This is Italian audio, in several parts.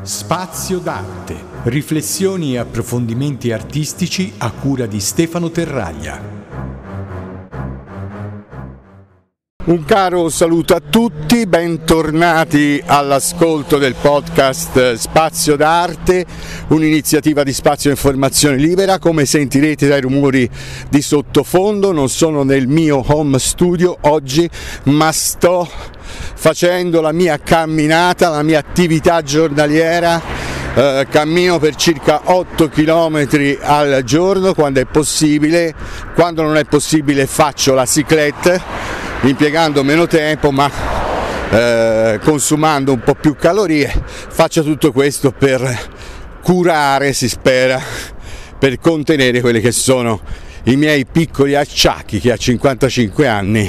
Spazio d'arte, riflessioni e approfondimenti artistici a cura di Stefano Terraglia. Un caro saluto a tutti, bentornati all'ascolto del podcast Spazio d'arte, un'iniziativa di Spazio Informazione Libera. Come sentirete dai rumori di sottofondo, non sono nel mio home studio oggi, ma sto facendo la mia camminata, la mia attività giornaliera. Cammino per circa 8 km al giorno quando è possibile. Quando non è possibile faccio la cyclette, impiegando meno tempo ma consumando un po' più calorie. Faccio tutto questo per curare, si spera, per contenere quelli che sono i miei piccoli acciacchi che a 55 anni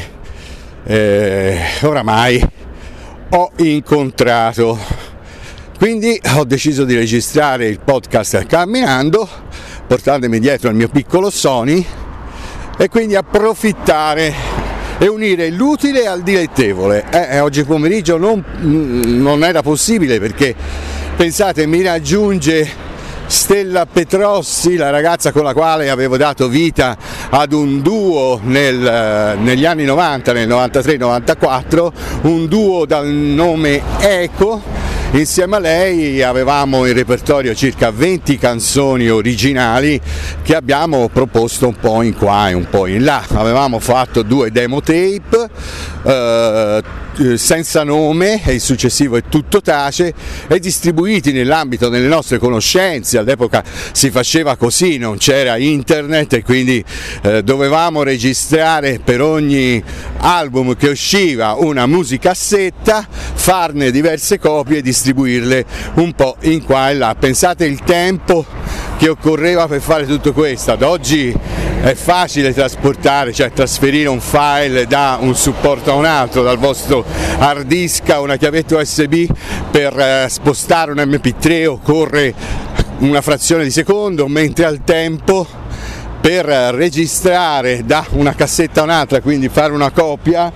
oramai ho incontrato. Quindi ho deciso di registrare il podcast camminando, portandomi dietro il mio piccolo Sony, e quindi approfittare e unire l'utile al dilettevole. Oggi pomeriggio non era possibile perché, pensate, mi raggiunge Stella Petrossi, la ragazza con la quale avevo dato vita ad un duo negli anni 90, nel 93-94, un duo dal nome Eco. Insieme a lei avevamo in repertorio circa 20 canzoni originali che abbiamo proposto un po' in qua e un po' in là. Avevamo fatto 2 demo tape senza nome, e il successivo è Tutto tace, e distribuiti nell'ambito delle nostre conoscenze. All'epoca si faceva così, non c'era internet, e quindi dovevamo registrare per ogni album che usciva una musicassetta, farne diverse copie e distribuirle un po' in qua e là. Pensate il tempo che occorreva per fare tutto questo. Ad oggi è facile trasportare, cioè trasferire un file da un supporto a un altro, dal vostro hard disk a una chiavetta USB. Per spostare un MP3 occorre una frazione di secondo, mentre al tempo per registrare da una cassetta a un'altra, quindi fare una copia,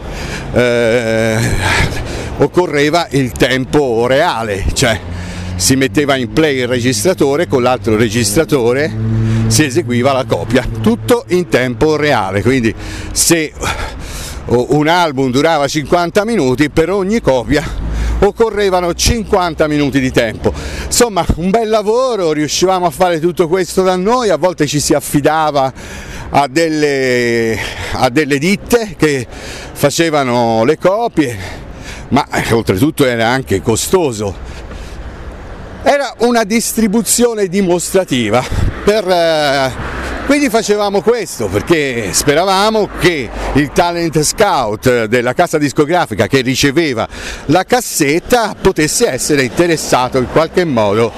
occorreva il tempo reale, cioè si metteva in play il registratore, con l'altro registratore si eseguiva la copia, tutto in tempo reale. Quindi se un album durava 50 minuti, per ogni copia occorrevano 50 minuti di tempo. Insomma, un bel lavoro, riuscivamo a fare tutto questo da noi. A volte ci si affidava a delle ditte che facevano le copie, ma oltretutto era anche costoso. Era una distribuzione dimostrativa, quindi facevamo questo perché speravamo che il talent scout della casa discografica che riceveva la cassetta potesse essere interessato in qualche modo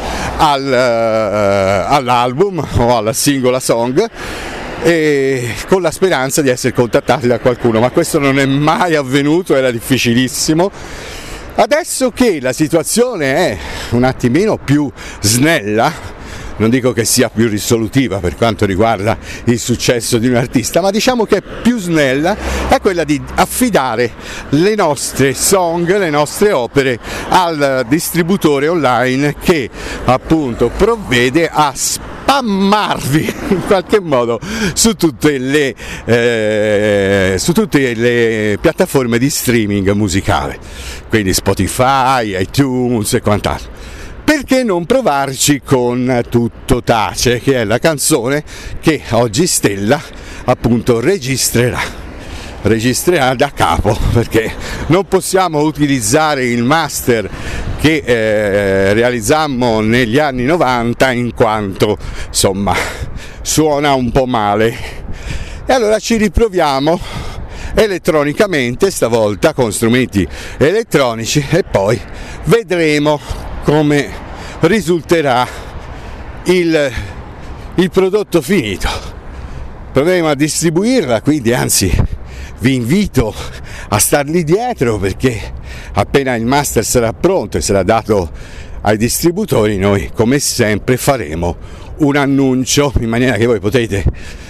all'album o alla singola song, e con la speranza di essere contattati da qualcuno, ma questo non è mai avvenuto, era difficilissimo. Adesso che la situazione è un attimino più snella, non dico che sia più risolutiva per quanto riguarda il successo di un artista, ma diciamo che è più snella, è quella di affidare le nostre song, le nostre opere al distributore online che appunto provvede a spammarvi in qualche modo su tutte le piattaforme di streaming musicale, quindi Spotify, iTunes e quant'altro. Perché non provarci con Tutto tace, che è la canzone che oggi Stella appunto registrerà da capo, perché non possiamo utilizzare il master che realizzammo negli anni 90, in quanto insomma suona un po' male, e allora ci riproviamo elettronicamente, stavolta con strumenti elettronici, e poi vedremo come risulterà il prodotto finito. Proveremo a distribuirla, quindi anzi vi invito a starli dietro, perché appena il master sarà pronto e sarà dato ai distributori, noi come sempre faremo un annuncio in maniera che voi potete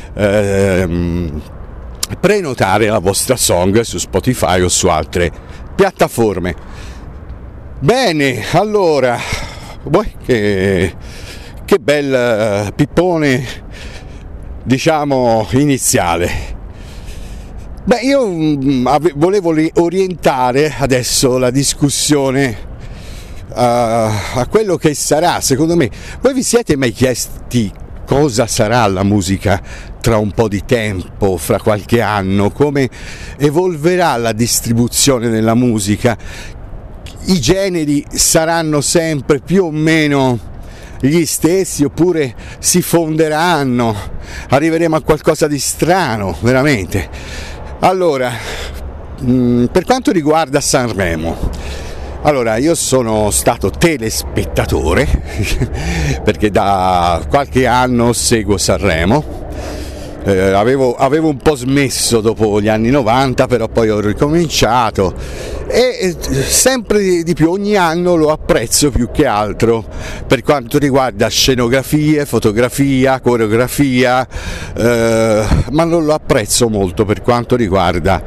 prenotare la vostra song su Spotify o su altre piattaforme. Bene, allora che bel pippone, diciamo, iniziale. Io volevo orientare adesso la discussione a quello che sarà, secondo me. Voi vi siete mai chiesti cosa sarà la musica tra un po' di tempo, fra qualche anno, come evolverà la distribuzione della musica? I generi saranno sempre più o meno gli stessi oppure si fonderanno? Arriveremo a qualcosa di strano, veramente. Allora, per quanto riguarda Sanremo, allora io sono stato telespettatore perché da qualche anno seguo Sanremo. Avevo un po' smesso dopo gli anni 90, però poi ho ricominciato e sempre di più ogni anno lo apprezzo più che altro per quanto riguarda scenografie, fotografia, coreografia, ma non lo apprezzo molto per quanto riguarda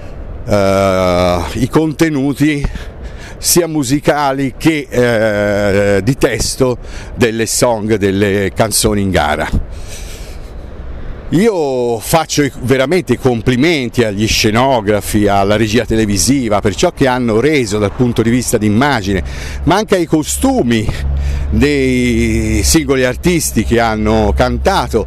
i contenuti sia musicali che di testo delle song, delle canzoni in gara. Io faccio veramente i complimenti agli scenografi, alla regia televisiva per ciò che hanno reso dal punto di vista di immagine, ma anche ai costumi dei singoli artisti che hanno cantato,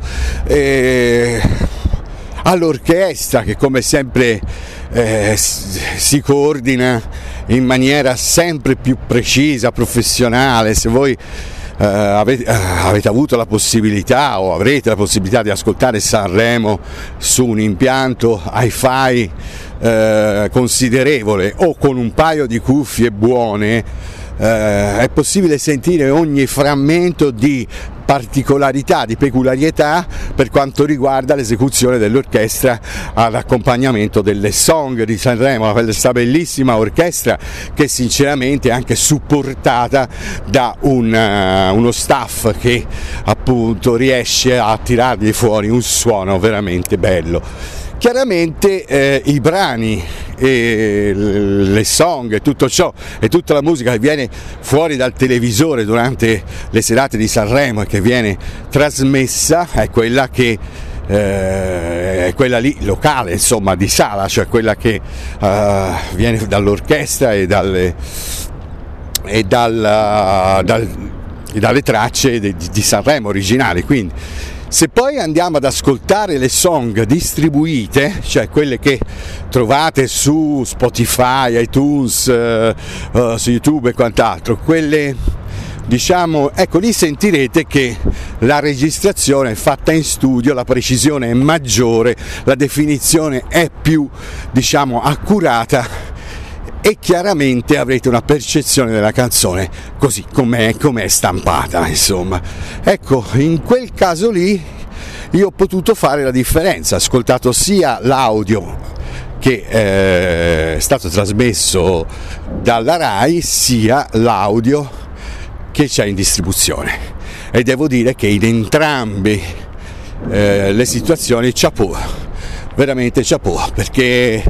all'orchestra che come sempre si coordina in maniera sempre più precisa, professionale. Se voi avete avuto la possibilità o avrete la possibilità di ascoltare Sanremo su un impianto hi-fi considerevole o con un paio di cuffie buone, è possibile sentire ogni frammento di particolarità, di peculiarità per quanto riguarda l'esecuzione dell'orchestra ad accompagnamento delle song di Sanremo, questa bellissima orchestra che sinceramente è anche supportata da uno staff che appunto riesce a tirargli fuori un suono veramente bello. Chiaramente i brani e le song e tutto ciò e tutta la musica che viene fuori dal televisore durante le serate di Sanremo e che viene trasmessa è quella che è quella lì locale, insomma, di sala, cioè quella che viene dall'orchestra e dalle tracce di Sanremo originali. Quindi se poi andiamo ad ascoltare le song distribuite, cioè quelle che trovate su Spotify, iTunes, su YouTube e quant'altro, quelle diciamo, ecco, lì sentirete che la registrazione è fatta in studio, la precisione è maggiore, la definizione è più, diciamo, accurata e chiaramente avrete una percezione della canzone così com'è stampata, insomma. Ecco, in quel caso lì io ho potuto fare la differenza, ho ascoltato sia l'audio che è stato trasmesso dalla Rai sia l'audio che c'è in distribuzione e devo dire che in entrambe le situazioni chapeau, veramente chapeau, perché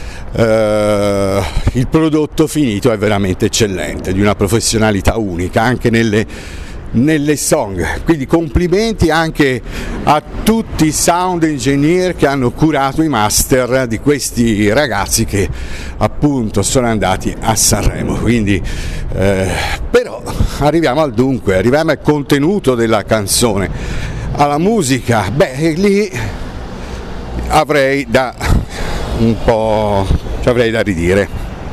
il prodotto finito è veramente eccellente, di una professionalità unica anche nelle song, quindi complimenti anche a tutti i sound engineer che hanno curato i master di questi ragazzi che appunto sono andati a Sanremo. Quindi però arriviamo al dunque, arriviamo al contenuto della canzone, alla musica. Lì avrei da ridire,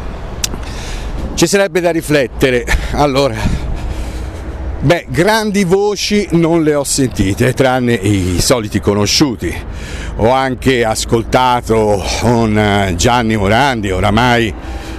ci sarebbe da riflettere. Allora, grandi voci non le ho sentite, tranne i soliti conosciuti. Ho anche ascoltato con Gianni Morandi, oramai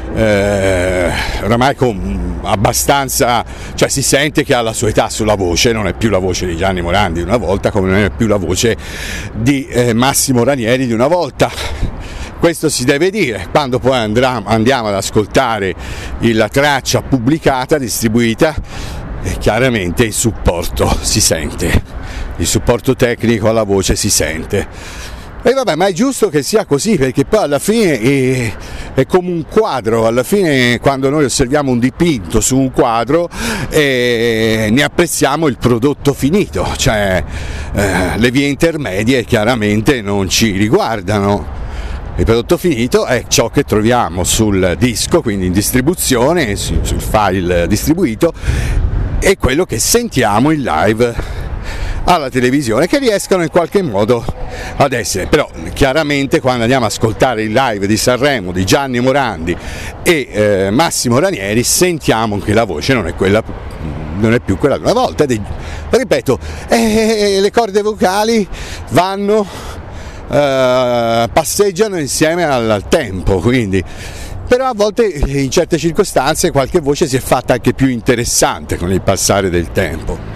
con abbastanza, cioè si sente che ha la sua età sulla voce, non è più la voce di Gianni Morandi di una volta, come non è più la voce di Massimo Ranieri di una volta. Questo si deve dire, quando poi andiamo ad ascoltare la traccia pubblicata, distribuita, chiaramente il supporto si sente, il supporto tecnico alla voce si sente. E vabbè, ma è giusto che sia così, perché poi alla fine è come un quadro. Alla fine, quando noi osserviamo un dipinto su un quadro, ne apprezziamo il prodotto finito, cioè le vie intermedie chiaramente non ci riguardano. Il prodotto finito è ciò che troviamo sul disco, quindi in distribuzione, sul file distribuito, e quello che sentiamo in live alla televisione, che riescano in qualche modo ad essere. Però chiaramente quando andiamo ad ascoltare il live di Sanremo di Gianni Morandi e Massimo Ranieri, sentiamo che la voce non è più quella di una volta. Ripeto, le corde vocali vanno, passeggiano insieme al tempo, quindi. Però a volte in certe circostanze qualche voce si è fatta anche più interessante con il passare del tempo.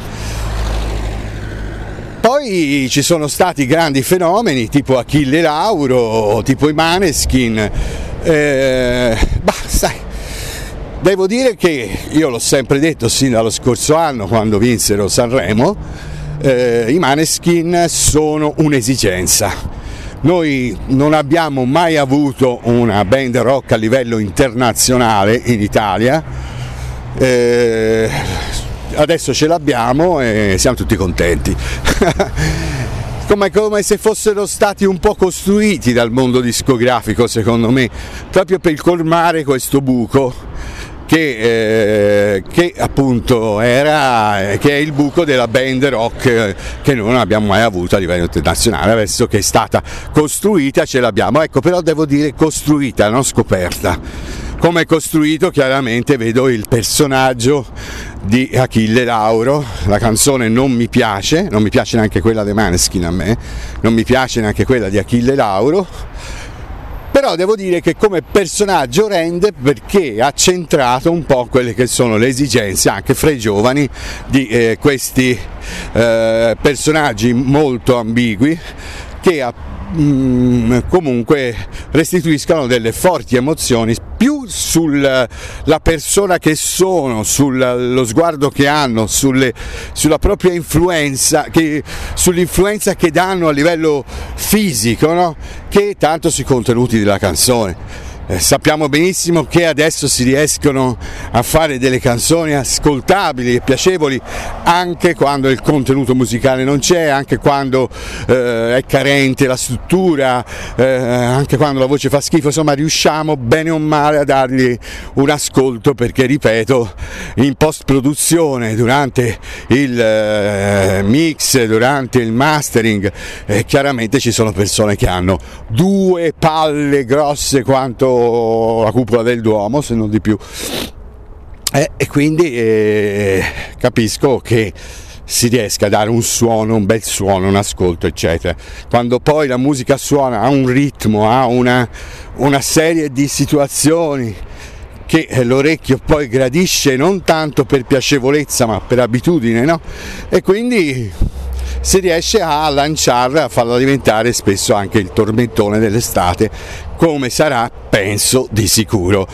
Poi ci sono stati grandi fenomeni tipo Achille Lauro, tipo i Maneskin, sai, devo dire che io l'ho sempre detto sin dallo scorso anno quando vinsero Sanremo, i Maneskin sono un'esigenza. Noi non abbiamo mai avuto una band rock a livello internazionale in Italia, adesso ce l'abbiamo e siamo tutti contenti. come se fossero stati un po' costruiti dal mondo discografico, secondo me, proprio per colmare questo buco che appunto che è il buco della band rock che noi non abbiamo mai avuto a livello internazionale. Adesso che è stata costruita ce l'abbiamo, ecco, però devo dire costruita, non scoperta. Come è costruito, chiaramente vedo il personaggio di Achille Lauro. La canzone non mi piace neanche quella dei Maneskin a me, non mi piace neanche quella di Achille Lauro, però devo dire che come personaggio rende, perché ha centrato un po' quelle che sono le esigenze anche fra i giovani di questi personaggi molto ambigui che comunque restituiscano delle forti emozioni più sulla persona che sono, sullo sguardo che hanno, sulla propria influenza, sull'influenza che danno a livello fisico, no? Che tanto sui contenuti della canzone. Sappiamo benissimo che adesso si riescono a fare delle canzoni ascoltabili e piacevoli anche quando il contenuto musicale non c'è, anche quando è carente la struttura, anche quando la voce fa schifo. Insomma, riusciamo bene o male a dargli un ascolto, perché ripeto, in post produzione, durante il mix, durante il mastering, chiaramente ci sono persone che hanno 2 palle grosse quanto la cupola del Duomo, se non di più, e quindi capisco che si riesca a dare un suono, un bel suono, un ascolto, eccetera. Quando poi la musica suona, ha un ritmo, ha una serie di situazioni che l'orecchio poi gradisce, non tanto per piacevolezza ma per abitudine, no? E quindi si riesce a lanciarla, a farla diventare spesso anche il tormentone dell'estate, come sarà, penso, di sicuro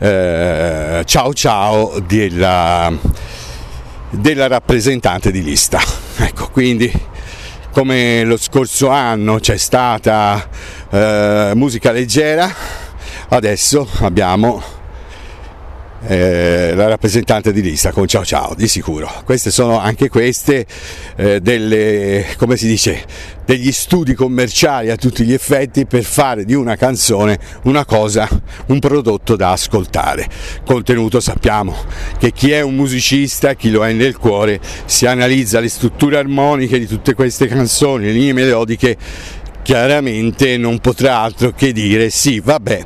Ciao Ciao della rappresentante di lista. Ecco, quindi come lo scorso anno c'è stata musica leggera, adesso abbiamo la rappresentante di lista con Ciao Ciao, di sicuro. Queste sono anche come si dice, degli studi commerciali a tutti gli effetti per fare di una canzone una cosa, un prodotto da ascoltare. Contenuto, sappiamo che chi è un musicista, chi lo è nel cuore, si analizza le strutture armoniche di tutte queste canzoni, le linee melodiche, chiaramente non potrà altro che dire sì, vabbè,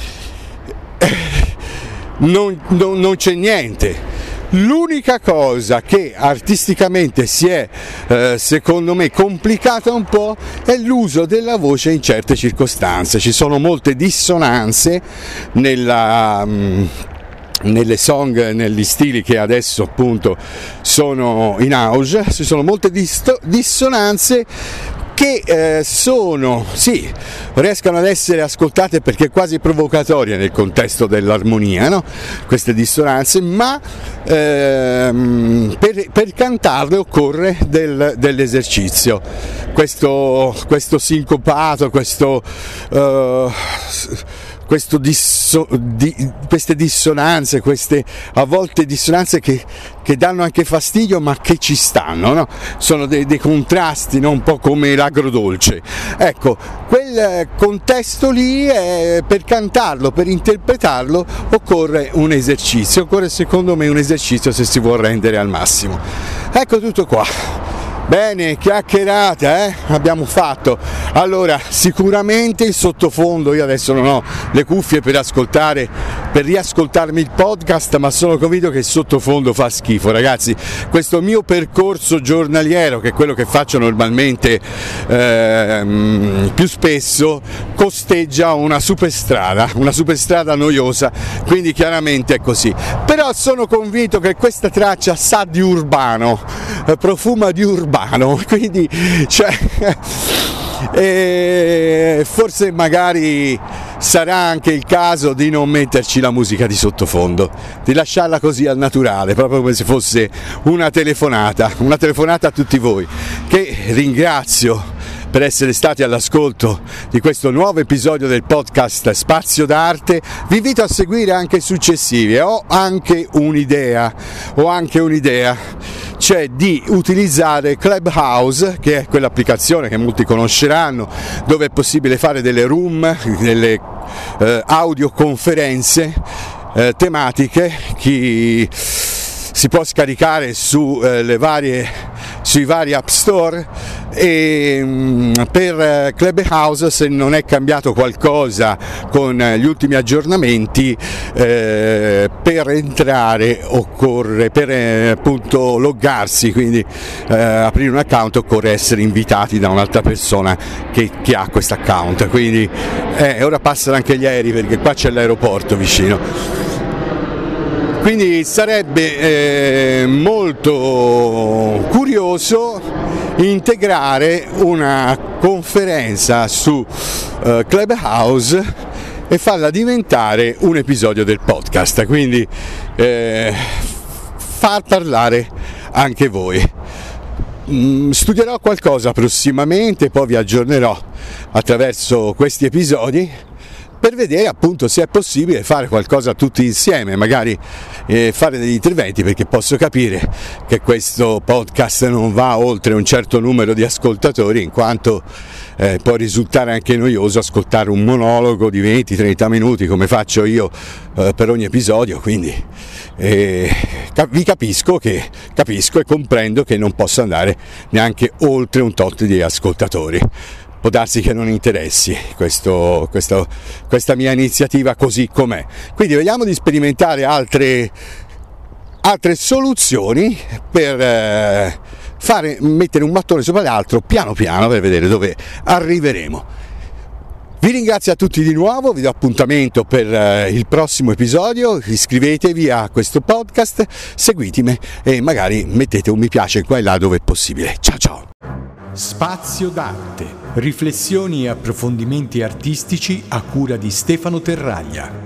non c'è niente. L'unica cosa che artisticamente si è secondo me complicata un po' è l'uso della voce in certe circostanze. Ci sono molte dissonanze nelle song, negli stili che adesso appunto sono in auge, ci sono molte dissonanze che riescano ad essere ascoltate perché quasi provocatorie nel contesto dell'armonia, no? Queste dissonanze, ma per cantarle occorre dell'esercizio, questo sincopato, queste dissonanze, queste a volte dissonanze che danno anche fastidio ma che ci stanno, no? Sono dei contrasti, no? Un po' come l'agrodolce. Ecco, quel contesto lì, per cantarlo, per interpretarlo, occorre un esercizio, occorre secondo me un esercizio se si vuol rendere al massimo. Ecco tutto qua. Bene, chiacchierata, abbiamo fatto. Allora, sicuramente il sottofondo, io adesso non ho le cuffie per riascoltarmi il podcast, ma sono convinto che il sottofondo fa schifo, ragazzi. Questo mio percorso giornaliero, che è quello che faccio normalmente più spesso, costeggia una superstrada noiosa, quindi chiaramente è così. Però sono convinto che questa traccia sa di urbano, profuma di urbano, quindi forse magari sarà anche il caso di non metterci la musica di sottofondo, di lasciarla così al naturale, proprio come se fosse una telefonata a tutti voi, che ringrazio per essere stati all'ascolto di questo nuovo episodio del podcast Spazio d'Arte. Vi invito a seguire anche i successivi. Ho anche un'idea, cioè di utilizzare Clubhouse, che è quell'applicazione che molti conosceranno, dove è possibile fare delle room, delle audioconferenze tematiche, che si può scaricare sui vari app store. E per Clubhouse, se non è cambiato qualcosa con gli ultimi aggiornamenti, per entrare occorre, per appunto loggarsi, quindi aprire un account, occorre essere invitati da un'altra persona che ha questo account, quindi ora passano anche gli aerei perché qua c'è l'aeroporto vicino. Quindi sarebbe molto curioso integrare una conferenza su Clubhouse e farla diventare un episodio del podcast, quindi far parlare anche voi. Studierò qualcosa prossimamente, poi vi aggiornerò attraverso questi episodi, per vedere appunto se è possibile fare qualcosa tutti insieme, magari fare degli interventi, perché posso capire che questo podcast non va oltre un certo numero di ascoltatori, in quanto può risultare anche noioso ascoltare un monologo di 20-30 minuti come faccio io per ogni episodio, quindi vi capisco e comprendo che non posso andare neanche oltre un tot di ascoltatori. Può darsi che non interessi questa mia iniziativa così com'è. Quindi vediamo di sperimentare altre soluzioni per mettere un mattone sopra l'altro piano piano, per vedere dove arriveremo. Vi ringrazio a tutti di nuovo, vi do appuntamento per il prossimo episodio, iscrivetevi a questo podcast, seguitemi e magari mettete un mi piace qua e là dove è possibile. Ciao ciao! Spazio d'Arte, riflessioni e approfondimenti artistici a cura di Stefano Terraglia.